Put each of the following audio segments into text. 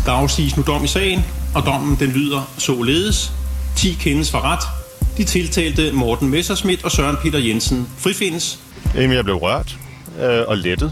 Der afsiges nu dom i sagen, og dommen den lyder således. 10 kendes for ret. De tiltalte Morten Messerschmidt og Søren Peter Jensen frifindes. Jamen, jeg blev rørt og lettet.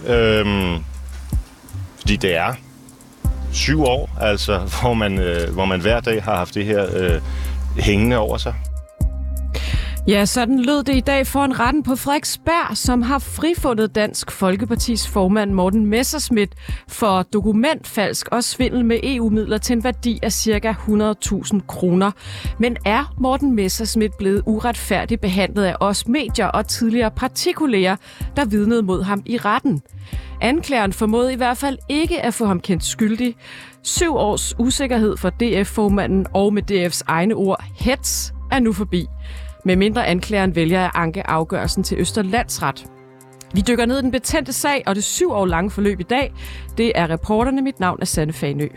Fordi det er 7 år, altså, hvor man hver dag har haft det her hængende over sig. Ja, sådan lød det i dag foran retten på Frederiksberg, som har frifundet Dansk Folkepartis formand Morten Messerschmidt for dokumentfalsk og svindel med EU-midler til en værdi af ca. 100.000 kroner. Men er Morten Messerschmidt blevet uretfærdigt behandlet af os medier og tidligere partikolleger, der vidnede mod ham i retten? Anklageren formåede i hvert fald ikke at få ham kendt skyldig. 7 års usikkerhed for DF-formanden og med DF's egne ord, hets, er nu forbi. Med mindre anklageren vælger at anke afgørelsen til Østre Landsret. Vi dykker ned i den betændte sag og det 7 år lange forløb i dag. Det er reporterne. Mit navn er Sanne Fanø.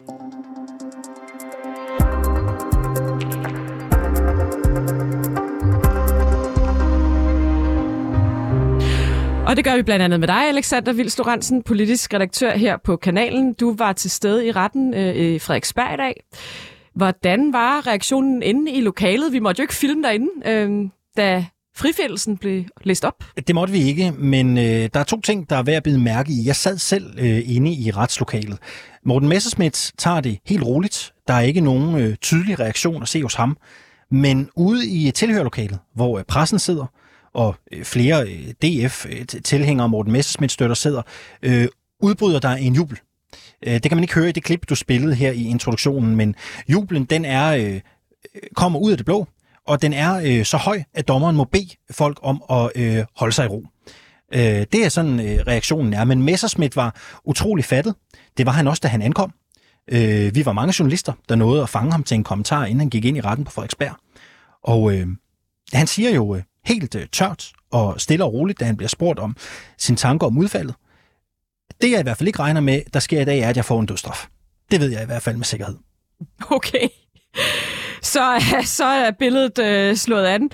Og det gør vi blandt andet med dig, Alexander Vils Lorentzen, politisk redaktør her på kanalen. Du var til stede i retten i Frederiksberg i dag. Hvordan var reaktionen inde i lokalet? Vi måtte jo ikke filme derinde, da frifindelsen blev læst op. Det måtte vi ikke, men der er 2 ting, der er værd at bide mærke i. Jeg sad selv inde i retslokalet. Morten Messerschmidt tager det helt roligt. Der er ikke nogen tydelig reaktion at se hos ham. Men ude i tilhørerlokalet, hvor pressen sidder, og flere DF-tilhængere Morten Messerschmidt-støtter sidder, udbryder der en jubel. Det kan man ikke høre i det klip, du spillede her i introduktionen, men jublen, den kommer ud af det blå, og den er så høj, at dommeren må bede folk om at holde sig i ro. Det er sådan reaktionen er, men Messerschmidt var utrolig fattet. Det var han også, da han ankom. Vi var mange journalister, der nåede at fange ham til en kommentar, inden han gik ind i retten på Frederiksberg. Og han siger jo helt tørt og stille og roligt, da han bliver spurgt om sine tanker om udfaldet. Det jeg i hvert fald ikke regner med, der sker i dag, er, at jeg får en dødsstraf. Det ved jeg i hvert fald med sikkerhed. Okay. Så er billedet slået an.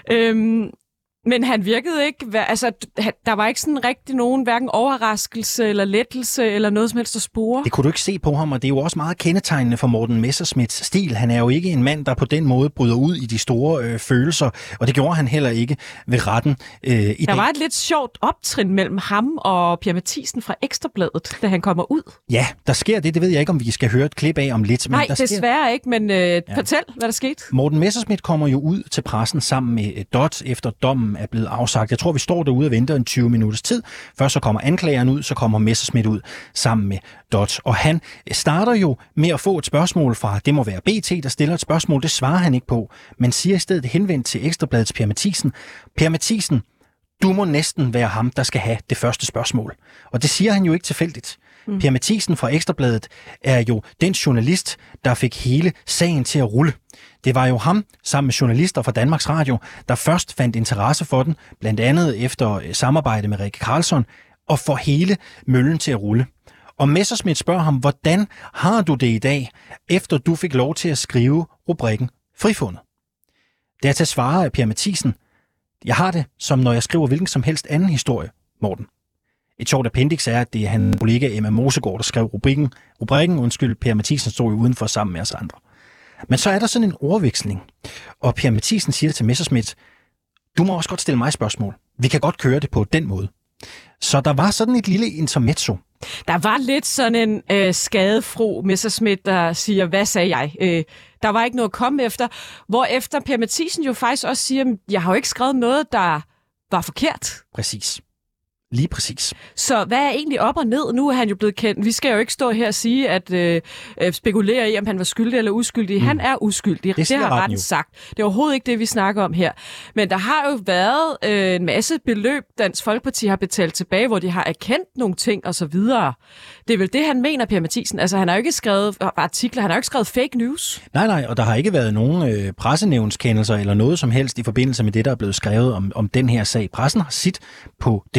Men han virkede ikke, altså der var ikke sådan rigtig nogen hverken overraskelse eller lettelse eller noget som helst at spore. Det kunne du ikke se på ham, og det er jo også meget kendetegnende for Morten Messerschmidts stil. Han er jo ikke en mand, der på den måde bryder ud i de store følelser, og det gjorde han heller ikke ved retten i dag. Der var et lidt sjovt optrin mellem ham og Per Mathisen fra Ekstrabladet, da han kommer ud. Ja, der sker det. Det ved jeg ikke, om vi skal høre et klip af om lidt. Men nej, desværre ikke, men fortæl, hvad der skete. Morten Messerschmidt kommer jo ud til pressen sammen med Dot efter dommen er blevet afsagt. Jeg tror, vi står derude og venter en 20 minutters tid. Først så kommer anklageren ud, så kommer Messerschmidt ud sammen med Dot. Og han starter jo med at få et spørgsmål fra, det må være BT, der stiller et spørgsmål. Det svarer han ikke på, men siger i stedet henvendt til Ekstrabladets Per Mathisen. Per Mathisen, du må næsten være ham, der skal have det første spørgsmål. Og det siger han jo ikke tilfældigt. Per Mathisen fra Ekstrabladet er jo den journalist, der fik hele sagen til at rulle. Det var jo ham, sammen med journalister fra Danmarks Radio, der først fandt interesse for den, blandt andet efter samarbejde med Rikke Karlsson, og får hele møllen til at rulle. Og Messerschmidt spørger ham, hvordan har du det i dag, efter du fik lov til at skrive rubrikken frifundet? Dertil svarer Per Mathisen, jeg har det, som når jeg skriver hvilken som helst anden historie, Morten. Et sjovt appendix er, at det er hans kollega Emma Mosegaard, der skrev rubrikken. Per Mathisen stod jo udenfor sammen med os andre. Men så er der sådan en ordveksling, og Per Mathisen siger til Messerschmidt, du må også godt stille mig spørgsmål. Vi kan godt køre det på den måde. Så der var sådan et lille intermezzo. Der var lidt sådan en skadefro Messerschmidt, der siger, hvad sagde jeg? Der var ikke noget at komme efter. Hvorefter Per Mathisen jo faktisk også siger, jeg har jo ikke skrevet noget, der var forkert. Præcis. Lige præcis. Så hvad er egentlig op og ned? Nu er han jo blevet kendt. Vi skal jo ikke stå her og sige, at spekulere i, om han var skyldig eller uskyldig. Han er uskyldig. Det har retten sagt. Det er overhovedet ikke det, vi snakker om her. Men der har jo været en masse beløb, Dansk Folkeparti har betalt tilbage, hvor de har erkendt nogle ting og så videre. Det er vel det, han mener, Per Mathisen. Altså, han har jo ikke skrevet artikler, han har jo ikke skrevet fake news. Nej, og der har ikke været nogen pressenævnskendelser eller noget som helst i forbindelse med det, der er blevet skrevet om den her sag. Pressen har sit på det tørre.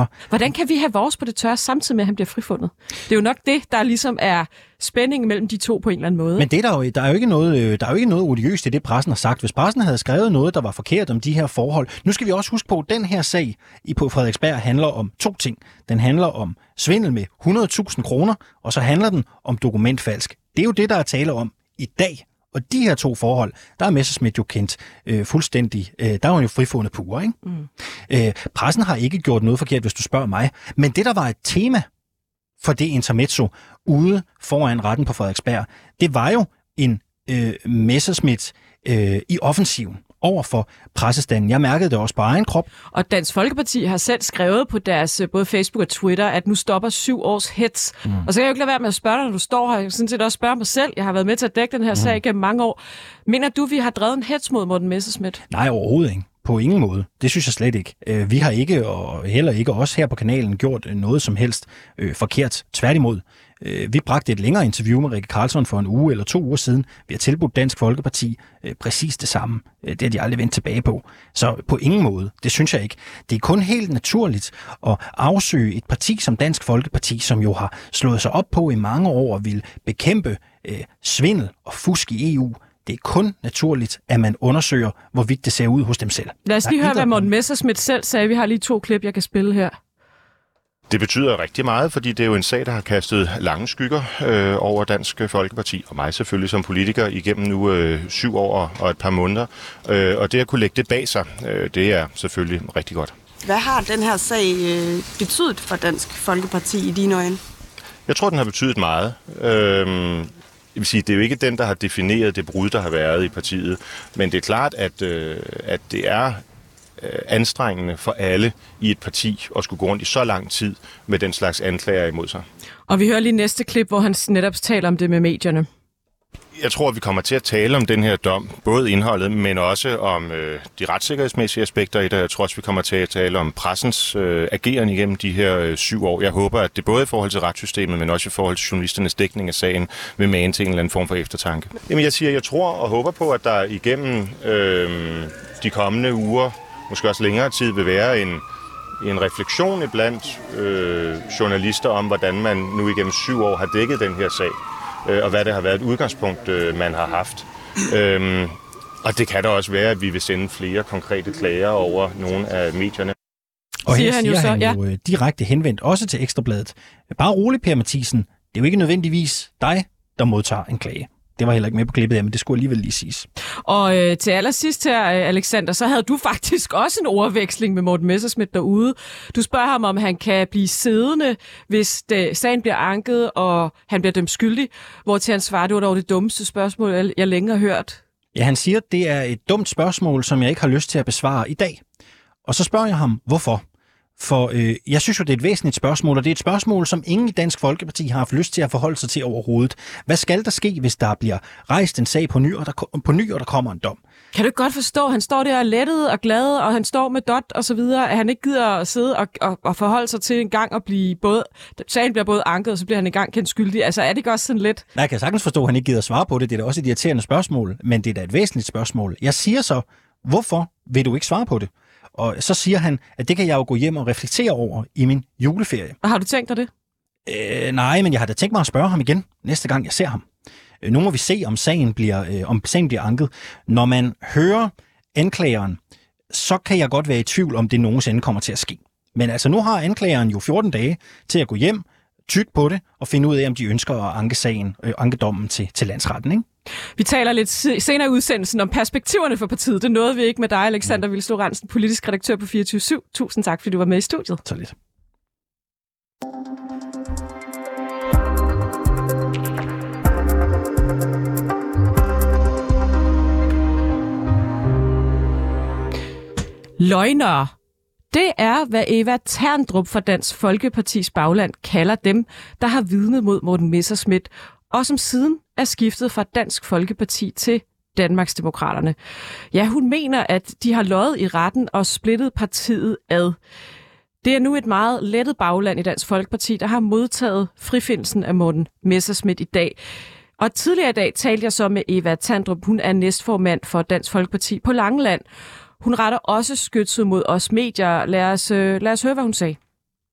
Hvordan kan vi have vores på det tørre, samtidig med, at han bliver frifundet? Det er jo nok det, der ligesom er spændingen mellem de to på en eller anden måde. Men det der er jo ikke noget odiøst i det, pressen har sagt. Hvis pressen havde skrevet noget, der var forkert om de her forhold. Nu skal vi også huske på, at den her sag på Frederiksberg handler om to ting. Den handler om svindel med 100.000 kroner, og så handler den om dokumentfalsk. Det er jo det, der er tale om i dag. Og de her to forhold, der er Messerschmidt jo kendt fuldstændig. Der er han jo frifundet pure, ikke? Pressen har ikke gjort noget forkert, hvis du spørger mig. Men det, der var et tema for det intermezzo ude foran retten på Frederiksberg, det var jo en Messerschmidt i offensiven over for pressestanden. Jeg mærkede det også på egen krop. Og Dansk Folkeparti har selv skrevet på deres både Facebook og Twitter, at nu stopper 7 års hets. Og så kan jeg jo ikke lade være med at spørge dig, når du står her. Jeg kan sådan set også spørge mig selv. Jeg har været med til at dække den her sag gennem mange år. Mener du, vi har drevet en hets mod Morten Messerschmidt? Nej, overhovedet ikke. På ingen måde. Det synes jeg slet ikke. Vi har ikke, og heller ikke os her på kanalen, gjort noget som helst forkert. Tværtimod. Vi bragte et længere interview med Rikke Karlsson for en uge eller 2 uger siden. Vi har tilbudt Dansk Folkeparti præcis det samme. Det har de aldrig vendt tilbage på. Så på ingen måde. Det synes jeg ikke. Det er kun helt naturligt at afsøge et parti som Dansk Folkeparti, som jo har slået sig op på i mange år og vil bekæmpe svindel og fusk i EU. Det er kun naturligt, at man undersøger, hvorvidt det ser ud hos dem selv. Lad os lige høre, hvad Morten Messerschmidt selv sagde. Vi har lige 2 klip, jeg kan spille her. Det betyder rigtig meget, fordi det er jo en sag, der har kastet lange skygger over Dansk Folkeparti, og mig selvfølgelig som politiker igennem nu 7 år og et par måneder. Og det at kunne lægge det bag sig, det er selvfølgelig rigtig godt. Hvad har den her sag betydet for Dansk Folkeparti i dine øjne? Jeg tror, den har betydet meget. Jeg vil sige, det er jo ikke den, der har defineret det brud, der har været i partiet, men det er klart, at det er anstrengende for alle i et parti at skulle gå rundt i så lang tid med den slags anklager imod sig. Og vi hører lige næste klip, hvor han netop taler om det med medierne. Jeg tror, vi kommer til at tale om den her dom, både indholdet, men også om de retssikkerhedsmæssige aspekter i det. Jeg tror også, vi kommer til at tale om pressens ageren igennem de her 7 år. Jeg håber, at det både i forhold til retssystemet, men også i forhold til journalisternes dækning af sagen, vil mane til en eller anden form for eftertanke. Jamen, jeg tror og håber på, at der igennem de kommende uger, måske også længere tid, vil være en refleksion iblandt journalister om, hvordan man nu igennem 7 år har dækket den her sag, og hvad det har været et udgangspunkt, man har haft. Og det kan da også være, at vi vil sende flere konkrete klager over nogle af medierne. Og her siger han jo direkte henvendt også til Ekstrabladet. Bare rolig, Per Mathisen. Det er jo ikke nødvendigvis dig, der modtager en klage. Det var heller ikke med på klippet, men det skulle alligevel lige siges. Og til allersidst her, Alexander, så havde du faktisk også en ordveksling med Morten Messerschmidt derude. Du spørger ham, om han kan blive siddende, hvis sagen bliver anket, og han bliver dømt skyldig. Hvortil han svarer, det var dog det dummeste spørgsmål, jeg længe har hørt. Ja, han siger, at det er et dumt spørgsmål, som jeg ikke har lyst til at besvare i dag. Og så spørger jeg ham, hvorfor? For jeg synes jo, det er et væsentligt spørgsmål, og det er et spørgsmål, som ingen i Dansk Folkeparti har haft lyst til at forholde sig til overhovedet. Hvad skal der ske, hvis der bliver rejst en sag på ny, og der kommer en dom? Kan du ikke godt forstå, at han står der lettet og glad, og han står med dot og så videre, at han ikke gider at sidde og forholde sig til en gang at blive sagen bliver både anket, og så bliver han en gang kendt skyldig. Altså, er det ikke også sådan lidt? Nej, jeg kan sagtens forstå, at han ikke gider svare på det. Det er da også et irriterende spørgsmål, men det er da et væsentligt spørgsmål. Jeg siger så, hvorfor vil du ikke svare på det? Og så siger han, at det kan jeg jo gå hjem og reflektere over i min juleferie. Og har du tænkt dig det? Nej, men jeg har da tænkt mig at spørge ham igen, næste gang jeg ser ham. Nu må vi se, om sagen bliver anket. Når man hører anklageren, så kan jeg godt være i tvivl, om det nogensinde kommer til at ske. Men altså, nu har anklageren jo 14 dage til at gå hjem, tykke på det og finde ud af, om de ønsker at anke ankedommen til landsretten, ikke? Vi taler lidt senere i udsendelsen om perspektiverne for partiet. Det nåede vi ikke med dig, Alexander Vilsted Rantzen, politisk redaktør på 24/7. Tusind tak, fordi du var med i studiet. Så lidt. Løgnere. Det er, hvad Eva Terndrup fra Dansk Folkepartis bagland kalder dem, der har vidnet mod Morten Messerschmidt, og som siden er skiftet fra Dansk Folkeparti til Danmarksdemokraterne. Ja, hun mener, at de har løjet i retten og splittet partiet ad. Det er nu et meget lettet bagland i Dansk Folkeparti, der har modtaget frifindelsen af Morten Messerschmidt i dag. Og tidligere i dag talte jeg så med Eva Terndrup. Hun er næstformand for Dansk Folkeparti på Langeland. Hun retter også skytset mod os medier. Lad os høre, hvad hun sagde.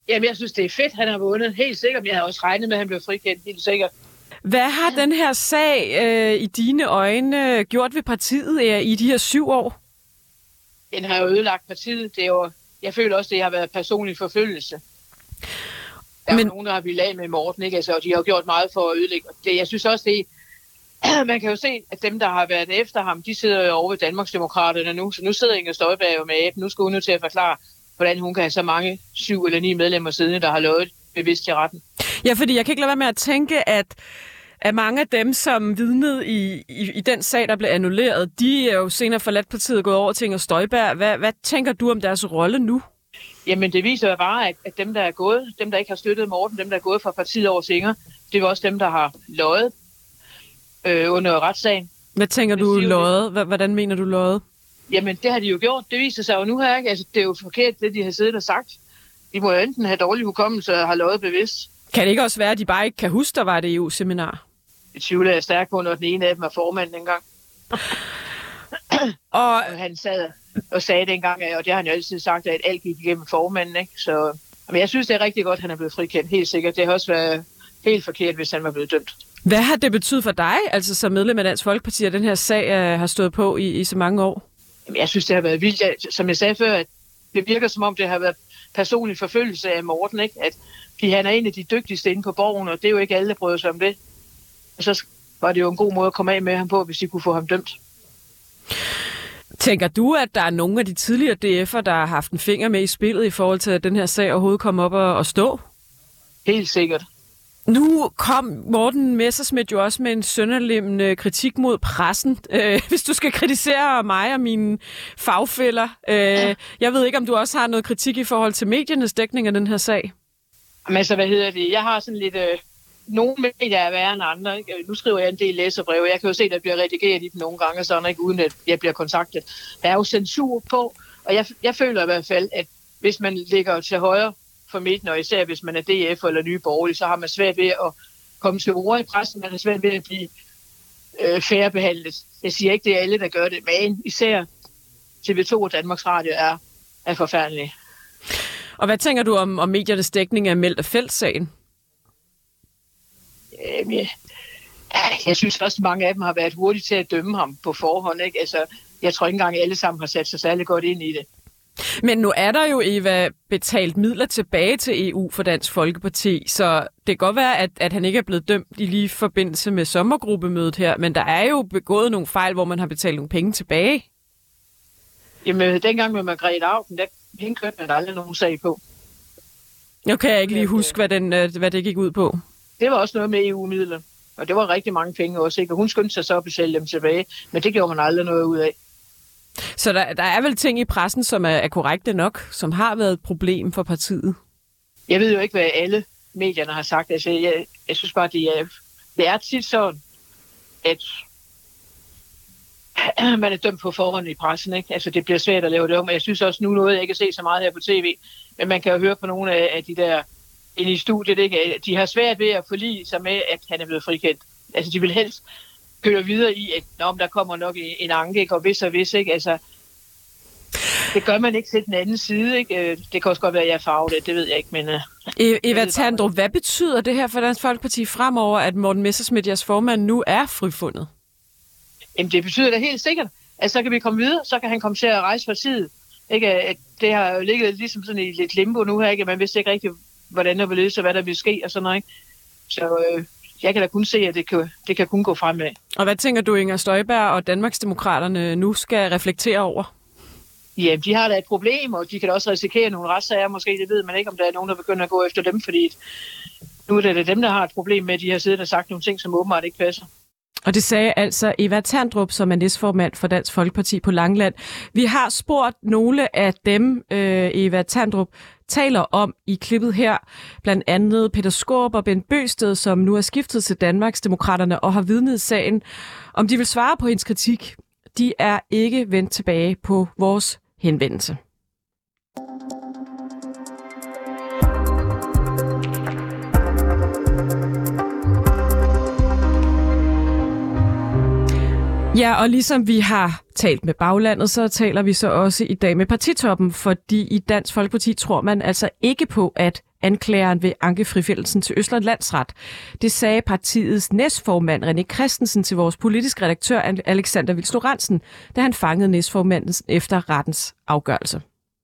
Jamen, jeg synes, det er fedt, han har vundet. Helt sikkert. Jeg havde også regnet med, at han blev frikendt. Helt sikkert. Hvad har den her sag i dine øjne gjort ved partiet i de her 7 år? Den har jo ødelagt partiet. Det er jo, jeg føler også, det har været personlig forfølgelse. Der er nogen, der har blivet af med Morten, ikke? Altså, og de har jo gjort meget for at ødelægge det. Jeg synes også, det man kan jo se, at dem, der har været efter ham, de sidder jo over ved Danmarksdemokraterne nu. Så nu sidder Inger Støjberg jo med aben. Nu skal hun nu til at forklare, hvordan hun kan have så mange 7 eller 9 medlemmer siddende, der har lovet bevidst til retten. Ja, fordi jeg kan ikke lade være med at tænke, at mange af dem, som vidnede i den sag, der blev annulleret, de er jo senere forladt partiet og gået over til Inger Støjberg. Hvad tænker du om deres rolle nu? Jamen, det viser jo bare, at dem, der er gået, dem, der ikke har støttet Morten, dem, der er gået fra partiet over til Inger, det var også dem, der har løjet under retssagen. Hvad tænker du løjet? Hvordan mener du løjet? Jamen, det har de jo gjort. Det viser sig jo nu her, ikke? Altså, det er jo forkert, det de har siddet og sagt. De må jo enten have dårlig hukommelse og have løjet bevidst. Kan det ikke også være, at de bare ikke kan huske, der var det EU-seminar? Det tvivler jeg stærkt på, når den ene af dem er formanden engang. og han sad og sagde det engang, og det har han jo altid sagt, at alt gik igennem formanden, ikke? Så men jeg synes, det er rigtig godt, at han er blevet frikendt, helt sikkert. Det har også været helt forkert, hvis han var blevet dømt. Hvad har det betydet for dig, altså som medlem af Dansk Folkeparti, at den her sag har stået på i så mange år? Jamen, jeg synes, det har været vildt. Som jeg sagde før, at det virker som om, det har været personlig forfølgelse af Morten, ikke? At han er en af de dygtigste inde på Borgen, og det er jo ikke alle, der bryder sig om det. Og så var det jo en god måde at komme af med ham på, hvis de kunne få ham dømt. Tænker du, at der er nogle af de tidligere DF'er, der har haft en finger med i spillet i forhold til, at den her sag overhovedet kom op og stå? Helt sikkert. Nu kom Morten Messerschmidt jo også med en sønderlemmende kritik mod pressen. Hvis du skal kritisere mig og mine fagfæller. Jeg ved ikke, om du også har noget kritik i forhold til mediernes dækning af den her sag? Jamen altså, hvad hedder det? Jeg har sådan lidt... Nogle medier er værre end andre, ikke? Nu skriver jeg en del læserbreve. Jeg kan jo se, at der bliver redigeret i dem nogle gange, sådan, ikke? Uden at jeg bliver kontaktet. Der er jo censur på, og jeg føler i hvert fald, at hvis man ligger til højre for midten, og især hvis man er DF eller Nye Borgerlige, så har man svært ved at komme til ord i pressen. Man har svært ved at blive fair behandlet. Jeg siger ikke, det er alle, der gør det, men især TV2 og Danmarks Radio er forfærdelige. Og hvad tænker du om mediernes dækning af Meldt af Felt-sagen? Jeg synes også, at mange af dem har været hurtige til at dømme ham på forhånd, ikke? Altså, jeg tror ikke engang, at alle sammen har sat sig særlig godt ind i det. Men nu er der jo, Eva, betalt midler tilbage til EU for Dansk Folkeparti, så det kan godt være, at han ikke er blevet dømt i lige forbindelse med sommergruppemødet her, men der er jo begået nogle fejl, hvor man har betalt nogle penge tilbage. Jamen, dengang med Margrethe Auken, der hende kørte man aldrig nogen sag på. Nu kan jeg ikke lige huske, hvad det gik ud på. Det var også noget med EU-midler, og det var rigtig mange penge også, ikke? Og hun skyndte sig så at betale dem tilbage, men det gjorde man aldrig noget ud af. Så der er vel ting i pressen, som er korrekte nok, som har været et problem for partiet? Jeg ved jo ikke, hvad alle medierne har sagt. Altså, jeg synes bare, det er tit sådan, at man er dømt på forhånd i pressen, ikke? Altså, det bliver svært at lave det om, og jeg synes også nu noget, jeg ikke kan se så meget her på tv, men man kan jo høre på nogle af de der inde i studiet, ikke? De har svært ved at forlige sig med, at han er blevet frikendt. Altså, de vil helst køre videre i, at der kommer nok en anke, ikke? Og hvis, ikke? Altså, det gør man ikke til den anden side, ikke? Det kan også godt være, at jeg er farvet, det ved jeg ikke, men... Eva Tandrup, hvad betyder det her for Dansk Folkeparti fremover, at Morten Messerschmidt, jeres formand, nu er frifundet? Jamen, det betyder det helt sikkert. Altså, så kan vi komme videre, så kan han komme til at rejse partiet. Ikke? At det har jo ligget ligesom sådan i lidt limbo nu her, ikke? Man vidste ikke rigtigt, hvordan der vil løse, og hvad der vil ske, og sådan noget, ikke? Så jeg kan da kun se, at det kan kun gå fremad. Og hvad tænker du, Inger Støjberg og Danmarksdemokraterne nu skal reflektere over? Ja, de har da et problem, og de kan da også risikere nogle retssager. Måske det ved man ikke, om der er nogen, der begynder at gå efter dem, fordi nu er det dem, der har et problem med, at de har siddet og sagt nogle ting, som åbenbart ikke passer. Og det sagde altså Eva Tandrup, som er næstformand for Dansk Folkeparti på Langeland. Vi har spurgt nogle af dem, Eva Tandrup taler om i klippet her. Blandt andet Peter Skaarup og Bent Bøgsted, som nu er skiftet til Danmarksdemokraterne og har vidnet sagen, om de vil svare på hendes kritik. De er ikke vendt tilbage på vores henvendelse. Ja, og ligesom vi har talt med baglandet, så taler vi så også i dag med partitoppen, fordi i Dansk Folkeparti tror man altså ikke på, at anklageren vil anke frifældelsen til Østre Landsret. Det sagde partiets næstformand René Christensen til vores politiske redaktør Alexander Vils Lorentzen, da han fangede næstformanden efter rettens afgørelse.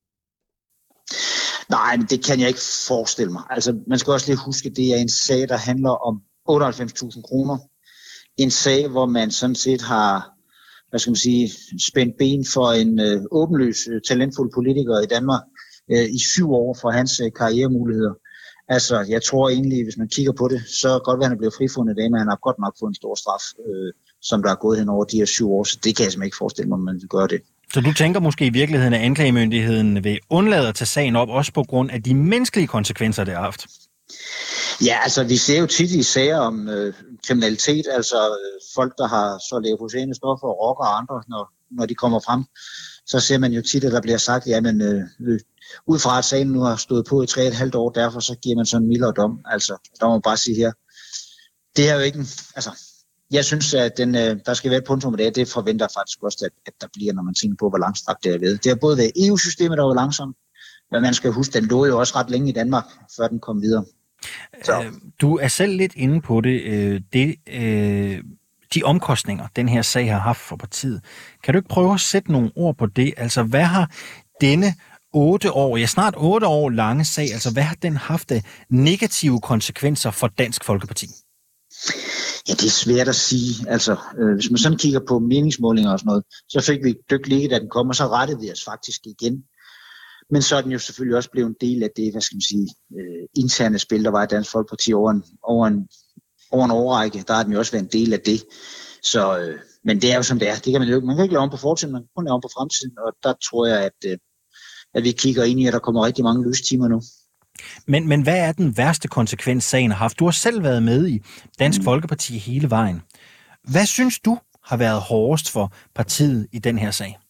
Nej, men det kan jeg ikke forestille mig. Altså, man skal også lige huske, at det er en sag, der handler om 98.000 kroner. En sag, hvor man sådan set har, spændt ben for en åbenløs, talentfuld politiker i Danmark i 7 år for hans karrieremuligheder. Altså, jeg tror egentlig, hvis man kigger på det, så godt være, han er blevet frifundet i dag, men han har godt nok fået en stor straf, som der er gået hen over de her 7 år, så det kan jeg simpelthen ikke forestille mig, om man vil gøre det. Så du tænker måske i virkeligheden, at anklagemyndigheden vil undlade at tage sagen op, også på grund af de menneskelige konsekvenser, det har haft? Ja, altså vi ser jo tit i sager om kriminalitet, altså folk, der har så leverpostejende stoffer og rocker og andre, når de kommer frem, så ser man jo tit, at der bliver sagt, jamen ud fra at sagen nu har stået på i 3,5 år, derfor så giver man sådan en mildere dom. Altså, der må man bare sige her, det er jo ikke jeg synes, at der skal være et punktum med det forventer jeg faktisk også, at der bliver, når man tænker på, hvor langstrakt det er ved. Det har både været EU-systemet, der var langsomt, men man skal huske, den lå jo også ret længe i Danmark, før den kom videre. Så. Du er selv lidt inde på det, de omkostninger, den her sag har haft for partiet. Kan du ikke prøve at sætte nogle ord på det? Altså, hvad har denne snart 8 år lange sag, altså hvad har den haft af negative konsekvenser for Dansk Folkeparti? Ja, det er svært at sige. Altså, hvis man sådan kigger på meningsmålinger og sådan noget, så fik vi dyk lige, da den kom, og så rettede vi os faktisk igen. Men så er den jo selvfølgelig også blevet en del af det, interne spil, der var i Dansk Folkeparti over en årrække. Der har den jo også været en del af det. Så, men det er jo som det er. Det kan man kan ikke lave om på fortiden, man kan kun lave om på fremtiden. Og der tror jeg, at vi kigger ind i, at der kommer rigtig mange løse timer nu. Men hvad er den værste konsekvens, sagen har haft? Du har selv været med i Dansk Folkeparti hele vejen. Hvad synes du har været hårdest for partiet i den her sag?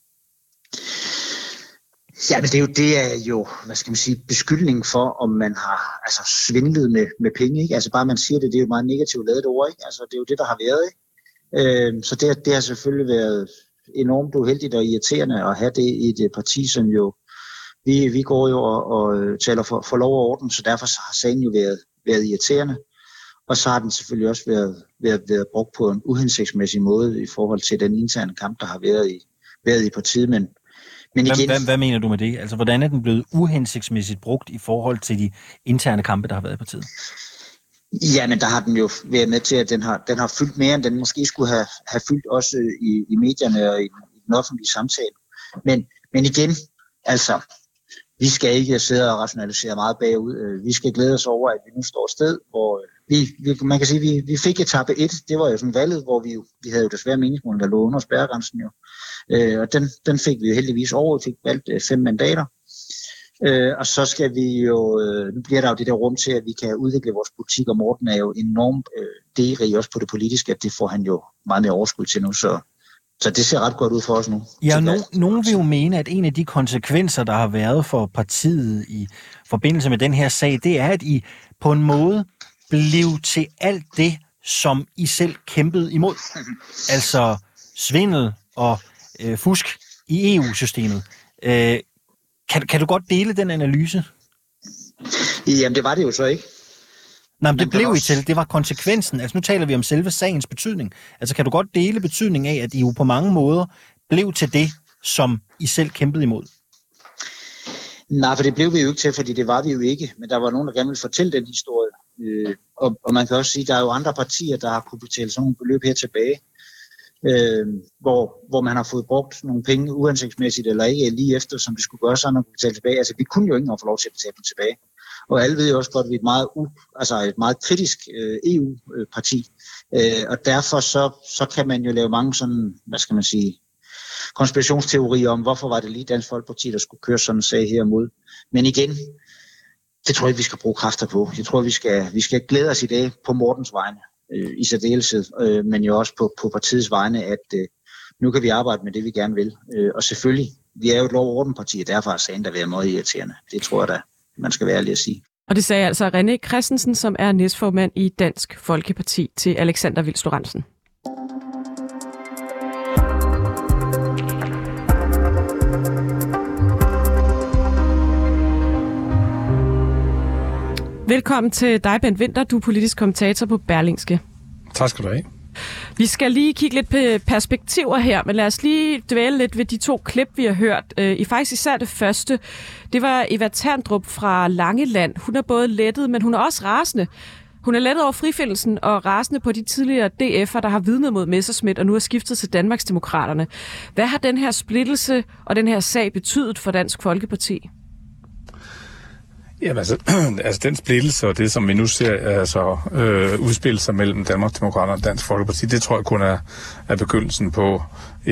Ja, men det er jo, beskyldning for, om man har svindlet med penge, ikke? Altså bare man siger det er jo meget negativt lavet ord, ikke? Altså det er jo det, der har været, ikke? Så det har selvfølgelig været enormt uheldigt og irriterende at have det i et parti, som jo, vi går jo og taler for lov og orden, så derfor har sagen jo været irriterende. Og så har den selvfølgelig også været brugt på en uhensigtsmæssig måde i forhold til den interne kamp, der har været i partiet, men igen, hvad mener du med det? Altså, hvordan er den blevet uhensigtsmæssigt brugt i forhold til de interne kampe, der har været i partiet? Ja, men der har den jo været med til, at den har fyldt mere, end den måske skulle have fyldt også i medierne og i den offentlige samtale. Men igen, altså, vi skal ikke sidde og rationalisere meget bagud. Vi skal glæde os over, at vi nu står et sted, hvor man kan sige, vi fik etape 1. Det var jo sådan valget, hvor vi havde jo desværre meningsmål, der lå under spærregrænsen jo. Og den fik vi jo heldigvis over. Vi fik valgt 5 mandater. Og så skal vi jo, nu bliver der jo det der rum til, at vi kan udvikle vores politik, og Morten er jo enormt delrig også på det politiske, at det får han jo meget mere overskud til nu, så det ser ret godt ud for os nu. Ja, nogen vil jo mene, at en af de konsekvenser, der har været for partiet i forbindelse med den her sag, det er, at I på en måde blev til alt det, som I selv kæmpede imod. Altså svindel og fusk i EU-systemet. Kan du godt dele den analyse? Jamen, det var det jo så ikke. Nej, men det blev I til. Det var konsekvensen. Altså, nu taler vi om selve sagens betydning. Altså, kan du godt dele betydningen af, at I jo på mange måder blev til det, som I selv kæmpede imod? Nej, for det blev vi jo ikke til, fordi det var vi jo ikke. Men der var nogen, der gerne ville fortælle den historie. Og man kan også sige, at der er jo andre partier, der har kunne betale sådan nogle beløb her tilbage. Hvor man har fået brugt nogle penge uansigtsmæssigt eller ikke lige efter, som det skulle gøre, så man kunne betale tilbage. Altså, vi kunne jo ikke engang få lov til at betale dem tilbage. Og alle ved jo også godt, at vi er et meget kritisk EU-parti. Og derfor så kan man jo lave mange sådan, konspirationsteorier om, hvorfor var det lige Dansk Folkeparti, der skulle køre sådan en sag her mod. Men igen, det tror jeg ikke, vi skal bruge kræfter på. Jeg tror, vi skal glæde os i dag på Mortens vegne, i særdeleshed, men jo også på partiets vegne, at nu kan vi arbejde med det, vi gerne vil. Og selvfølgelig, vi er jo et lov- og ordenparti, og derfor har sagen der været meget irriterende. Det tror jeg da, man skal være ærlig at sige. Og det sagde altså René Christensen, som er næstformand i Dansk Folkeparti, til Alexander Vils Lorentzen. Velkommen til dig, Bent Winther. Du er politisk kommentator på Berlingske. Tak skal du have. Vi skal lige kigge lidt på perspektiver her, men lad os lige dvæle lidt ved de 2 klip, vi har hørt. Faktisk især det første, det var Eva Terndrup fra Langeland. Hun er både lettet, men hun er også rasende. Hun er lettet over frifindelsen og rasende på de tidligere DF'er, der har vidnet mod Messerschmidt og nu er skiftet til Danmarksdemokraterne. Hvad har den her splittelse og den her sag betydet for Dansk Folkeparti? Jamen altså den splittelse og det, som vi nu ser udspille sig mellem Danmarksdemokraterne og Dansk Folkeparti, det tror jeg kun er begyndelsen på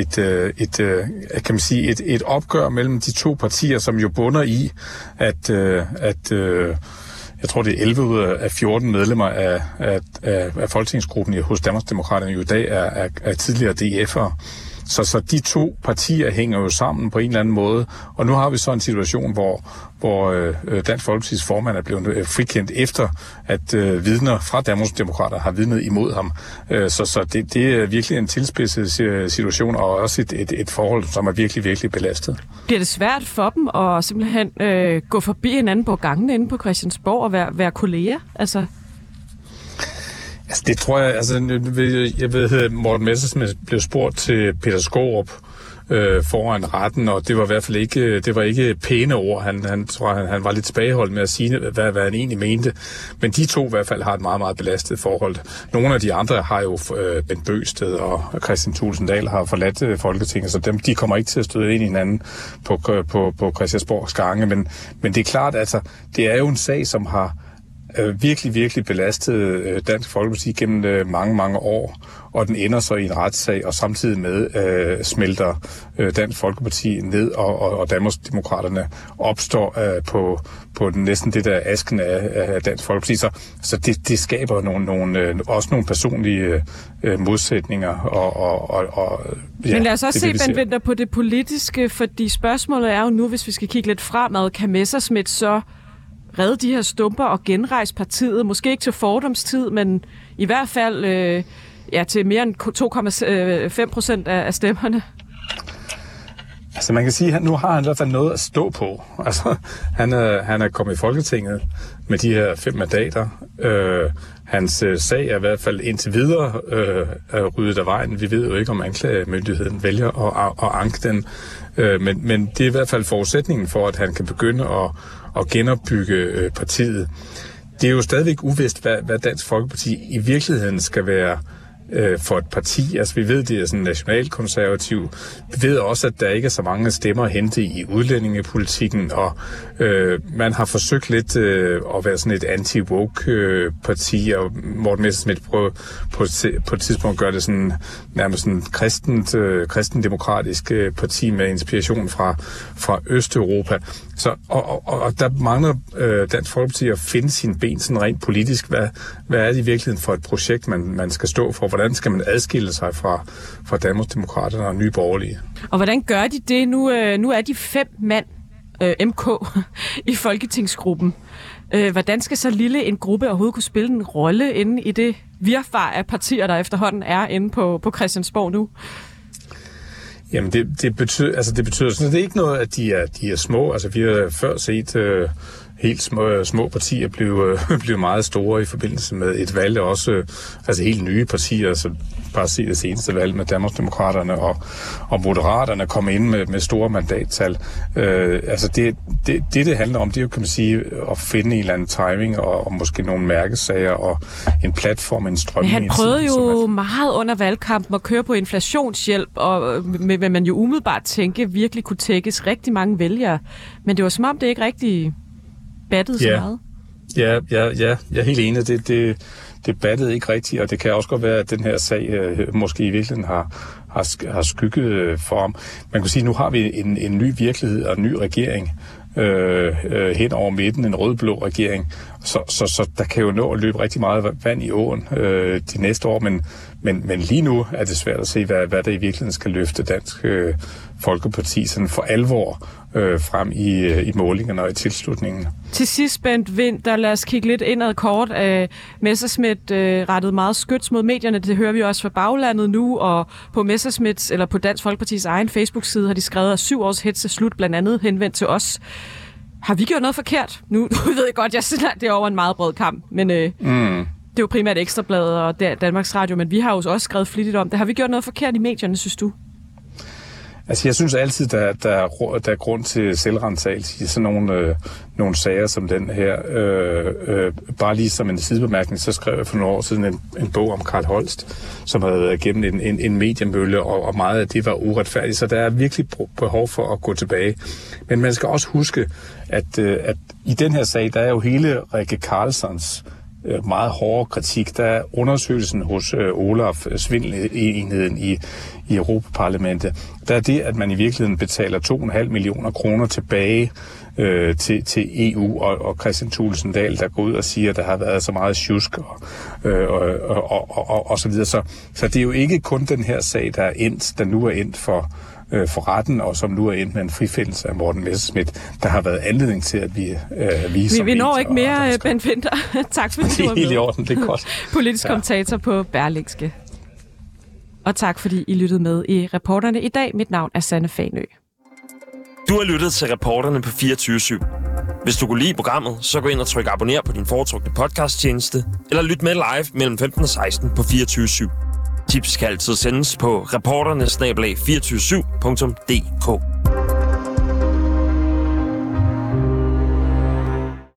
et opgør mellem de 2 partier, som jo bunder i, at jeg tror, det er 11 ud af 14 medlemmer af folketingsgruppen hos Danmarksdemokraterne jo i dag er tidligere DF'ere. Så de 2 partier hænger jo sammen på en eller anden måde, og nu har vi så en situation, hvor Dansk Folkepartis formand er blevet frikendt efter, at vidner fra Danmarksdemokraterne har vidnet imod ham. Så det er virkelig en tilspidset situation, og også et forhold, som er virkelig, virkelig belastet. Bliver det svært for dem at simpelthen gå forbi hinanden på gangen inde på Christiansborg og være kolleger? Altså det tror jeg, jeg ved, Morten Messerschmidt blev spurgt til Peter Skaarup foran retten, og det var i hvert fald ikke pæne ord. Han var lidt tilbageholdt med at sige, hvad han egentlig mente. Men de 2 i hvert fald har et meget, meget belastet forhold. Nogle af de andre har jo Bent Bøgsted og Christian Thulesen Dahl har forladt Folketinget, så de kommer ikke til at støde ind i hinanden på Christiansborgs gange. Men det er klart, altså, det er jo en sag, som har virkelig, virkelig belastet Dansk Folkeparti gennem mange, mange år, og den ender så i en retssag, og samtidig med smelter Dansk Folkeparti ned, og Danmarksdemokraterne opstår på næsten det der asken af Dansk Folkeparti. Så det skaber også nogle personlige modsætninger. Men lad os også se, Bent Winther, på det politiske, fordi spørgsmålet er jo nu, hvis vi skal kigge lidt fremad, kan Messerschmidt så redde de her stumper og genrejse partiet, måske ikke til fordomstid, men i hvert fald til mere end 2,5% af stemmerne? Altså man kan sige, at nu har han i hvert fald noget at stå på. Altså han er kommet i Folketinget med de her 5 mandater. Hans sag er i hvert fald indtil videre ryddet af vejen. Vi ved jo ikke, om anklagemyndigheden vælger at anke den. Men det er i hvert fald forudsætningen for, at han kan begynde at genopbygge partiet. Det er jo stadigvæk uvist, hvad Dansk Folkeparti i virkeligheden skal være for et parti. Altså vi ved, det er sådan nationalkonservativ. Vi ved også, at der ikke er så mange stemmer at hente i udlændingepolitikken, og man har forsøgt lidt at være sådan et anti-woke parti, og Morten Messerschmidt prøver på et tidspunkt at gøre det sådan nærmest sådan kristendemokratisk parti med inspiration fra Østeuropa. Så, og der mangler Dansk Folkeparti at finde sine ben sådan rent politisk. Hvad er det i virkeligheden for et projekt, man skal stå for? Hvordan skal man adskille sig fra Danmarksdemokraterne og Nye Borgerlige? Og hvordan gør de det? Nu er de 5 mand, MK, i folketingsgruppen. Hvordan skal så lille en gruppe overhovedet kunne spille en rolle inde i det virvar af partier, der efterhånden er inde på Christiansborg nu? Jamen det betyder sådan, det er ikke noget, at de er små. Altså vi har før set helt små partier blive meget store i forbindelse med et valg, også altså helt nye partier, altså bare se det seneste valg med Danmarksdemokraterne og Moderaterne komme ind med store mandattal. Altså det handler om, det er jo, kan man sige, at finde en eller anden timing og måske nogle mærkesager og en platform, en strømning. Men han prøvede jo meget under valgkampen at køre på inflationshjælp, og med man jo umiddelbart tænke virkelig kunne tækkes rigtig mange vælgere. Men det var som om, det ikke rigtig battede så meget. Ja, jeg er helt enig. Det battede ikke rigtigt, og det kan også godt være, at den her sag måske i virkeligheden har skygget for ham. Man kan sige, at nu har vi en ny virkelighed og en ny regering hen over midten, en rød-blå regering. Så der kan jo nå at løbe rigtig meget vand i åen de næste år, men lige nu er det svært at se, hvad der i virkeligheden skal løfte Dansk Folkeparti sådan for alvor frem i målingerne og i tilslutningen. Til sidst, Bent Winther, lad os kigge lidt indad kort. Messerschmidt rettede meget skyts mod medierne, det hører vi også fra baglandet nu, og på Messerschmidts eller på Dansk Folkepartis egen Facebook-side har de skrevet, at 7 års hetz er slut, blandt andet henvendt til os. Har vi gjort noget forkert? Nu ved jeg godt, jeg synes, at det er over en meget bred kamp, men det er jo primært Ekstrabladet og Danmarks Radio, men vi har jo også skrevet flittigt om det. Har vi gjort noget forkert i medierne, synes du? Altså, jeg synes altid, der er grund til selvrensagelse i sådan nogle sager som den her. Bare lige som en sidebemærkning, så skrev jeg for nogle år siden en bog om Carl Holst, som havde været igennem en mediemølle, og meget af det var uretfærdigt. Så der er virkelig behov for at gå tilbage. Men man skal også huske, at i den her sag, der er jo hele Rikke Carlsons meget hårde kritik. Der er undersøgelsen hos Olaf, svindelenheden i Europaparlamentet. Der er det, at man i virkeligheden betaler 2,5 millioner kroner tilbage til EU, og Kristian Thulesen Dahl, der går ud og siger, at der har været så meget sjusk og så videre. Så det er jo ikke kun den her sag, der nu er endt for retten, og som nu er endt med en frifindelse af Morten Messerschmidt, der har været anledning til, at vi når ikke mere, Ben Winther. Tak fordi du var med. Det er helt i orden, det er godt. Politisk kommentator på Berlingske. Og tak fordi I lyttede med i Reporterne i dag. Mit navn er Sanne Fanø. Du har lyttet til Reporterne på 24/7. Hvis du kunne lide programmet, så gå ind og tryk abonner på din foretrukne podcasttjeneste, eller lyt med live mellem 15 og 16 på 24/7. Tips kan altid sendes på reporterne@247.dk.